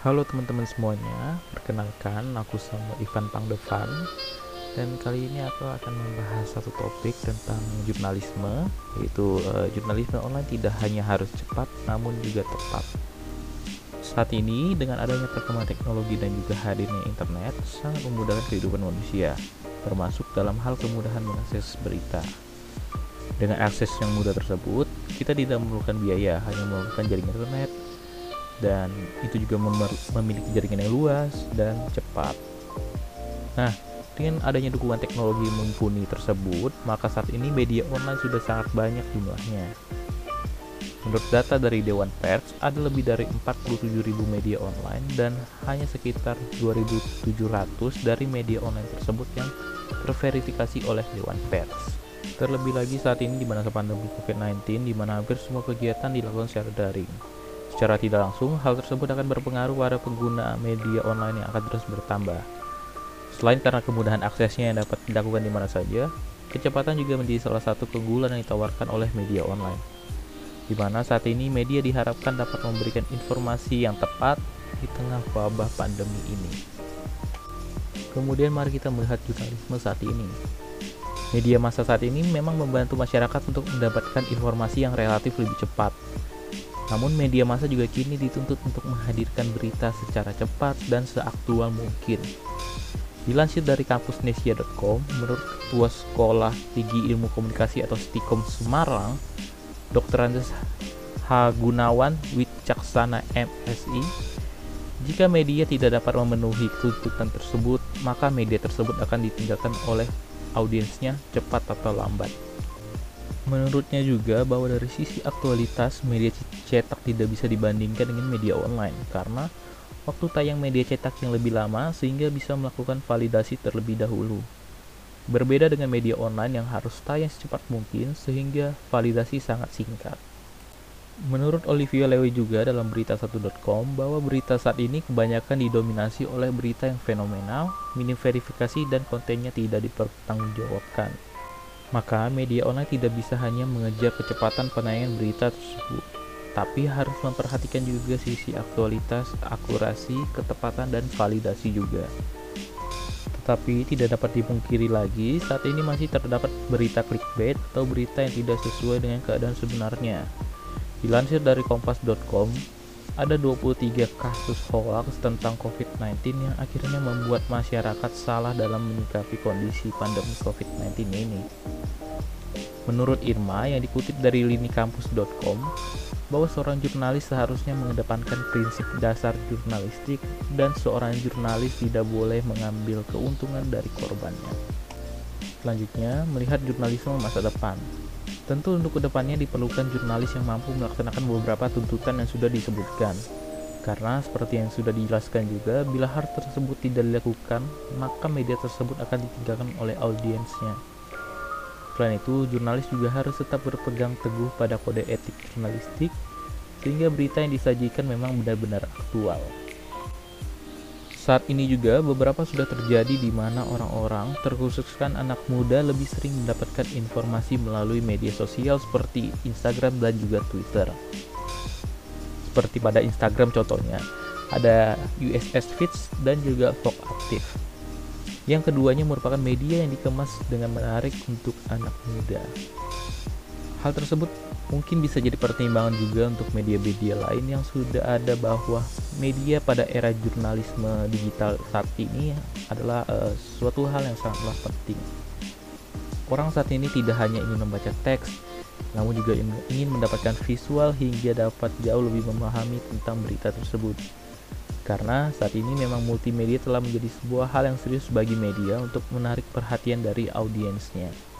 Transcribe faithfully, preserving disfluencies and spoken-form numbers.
Halo teman-teman semuanya, perkenalkan aku sama Ivan Pangdevan. Dan kali ini aku akan membahas satu topik tentang jurnalisme, yaitu uh, jurnalisme online tidak hanya harus cepat namun juga tepat. Saat ini dengan adanya perkembangan teknologi dan juga hadirnya internet sangat memudahkan kehidupan manusia, termasuk dalam hal kemudahan mengakses berita. Dengan akses yang mudah tersebut, kita tidak memerlukan biaya, hanya memerlukan jaringan internet, dan itu juga memiliki jaringan yang luas dan cepat. Nah, dengan adanya dukungan teknologi mumpuni tersebut, maka saat ini media online sudah sangat banyak jumlahnya. Menurut data dari Dewan Pers, ada lebih dari empat puluh tujuh ribu media online dan hanya sekitar dua ribu tujuh ratus dari media online tersebut yang terverifikasi oleh Dewan Pers. Terlebih lagi saat ini di masa pandemi covid sembilan belas, di mana hampir semua kegiatan dilakukan secara daring. Secara tidak langsung, hal tersebut akan berpengaruh pada pengguna media online yang akan terus bertambah. Selain karena kemudahan aksesnya yang dapat dilakukan di mana saja, kecepatan juga menjadi salah satu keunggulan yang ditawarkan oleh media online. Di mana saat ini media diharapkan dapat memberikan informasi yang tepat di tengah wabah pandemi ini. Kemudian mari kita melihat jurnalisme saat ini. Media massa saat ini memang membantu masyarakat untuk mendapatkan informasi yang relatif lebih cepat. Namun media massa juga kini dituntut untuk menghadirkan berita secara cepat dan seaktual mungkin. Dilansir dari kampusnesia dot com, menurut Ketua Sekolah Tinggi Ilmu Komunikasi atau Stikom Semarang, dokter Andes H. Gunawan Wicaksana M Si, jika media tidak dapat memenuhi tuntutan tersebut, maka media tersebut akan ditinggalkan oleh audiensnya cepat atau lambat. Menurutnya juga bahwa dari sisi aktualitas, media cetak tidak bisa dibandingkan dengan media online karena waktu tayang media cetak yang lebih lama sehingga bisa melakukan validasi terlebih dahulu. Berbeda dengan media online yang harus tayang secepat mungkin sehingga validasi sangat singkat. Menurut Olivia Lewe juga dalam berita satu dot com bahwa berita saat ini kebanyakan didominasi oleh berita yang fenomenal, minim verifikasi dan kontennya tidak dipertanggungjawabkan. Maka media online tidak bisa hanya mengejar kecepatan penayangan berita tersebut, tapi harus memperhatikan juga sisi aktualitas, akurasi, ketepatan, dan validasi juga. Tetapi tidak dapat dipungkiri lagi, saat ini masih terdapat berita clickbait atau berita yang tidak sesuai dengan keadaan sebenarnya. Dilansir dari kompas dot com, ada dua puluh tiga kasus hoaks tentang covid sembilan belas yang akhirnya membuat masyarakat salah dalam menyikapi kondisi pandemi covid sembilan belas ini. Menurut Irma yang dikutip dari lini kampus dot com, bahwa seorang jurnalis seharusnya mengedepankan prinsip dasar jurnalistik dan seorang jurnalis tidak boleh mengambil keuntungan dari korbannya. Selanjutnya, melihat jurnalisme masa depan. Tentu untuk kedepannya diperlukan jurnalis yang mampu melaksanakan beberapa tuntutan yang sudah disebutkan. Karena seperti yang sudah dijelaskan juga, bila hal tersebut tidak dilakukan, maka media tersebut akan ditinggalkan oleh audiensnya. Selain itu, jurnalis juga harus tetap berpegang teguh pada kode etik jurnalistik, sehingga berita yang disajikan memang benar-benar aktual. Saat ini juga beberapa sudah terjadi di mana orang-orang, terkhususkan anak muda, lebih sering mendapatkan informasi melalui media sosial seperti Instagram dan juga Twitter. Seperti pada Instagram contohnya, ada U S S Feeds dan juga Vogue Active. Yang keduanya merupakan media yang dikemas dengan menarik untuk anak muda. Hal tersebut mungkin bisa jadi pertimbangan juga untuk media-media lain yang sudah ada bahwa media pada era jurnalisme digital saat ini adalah uh, suatu hal yang sangatlah penting. Orang saat ini tidak hanya ingin membaca teks, namun juga ingin mendapatkan visual hingga dapat jauh lebih memahami tentang berita tersebut. Karena saat ini memang multimedia telah menjadi sebuah hal yang serius bagi media untuk menarik perhatian dari audiensnya.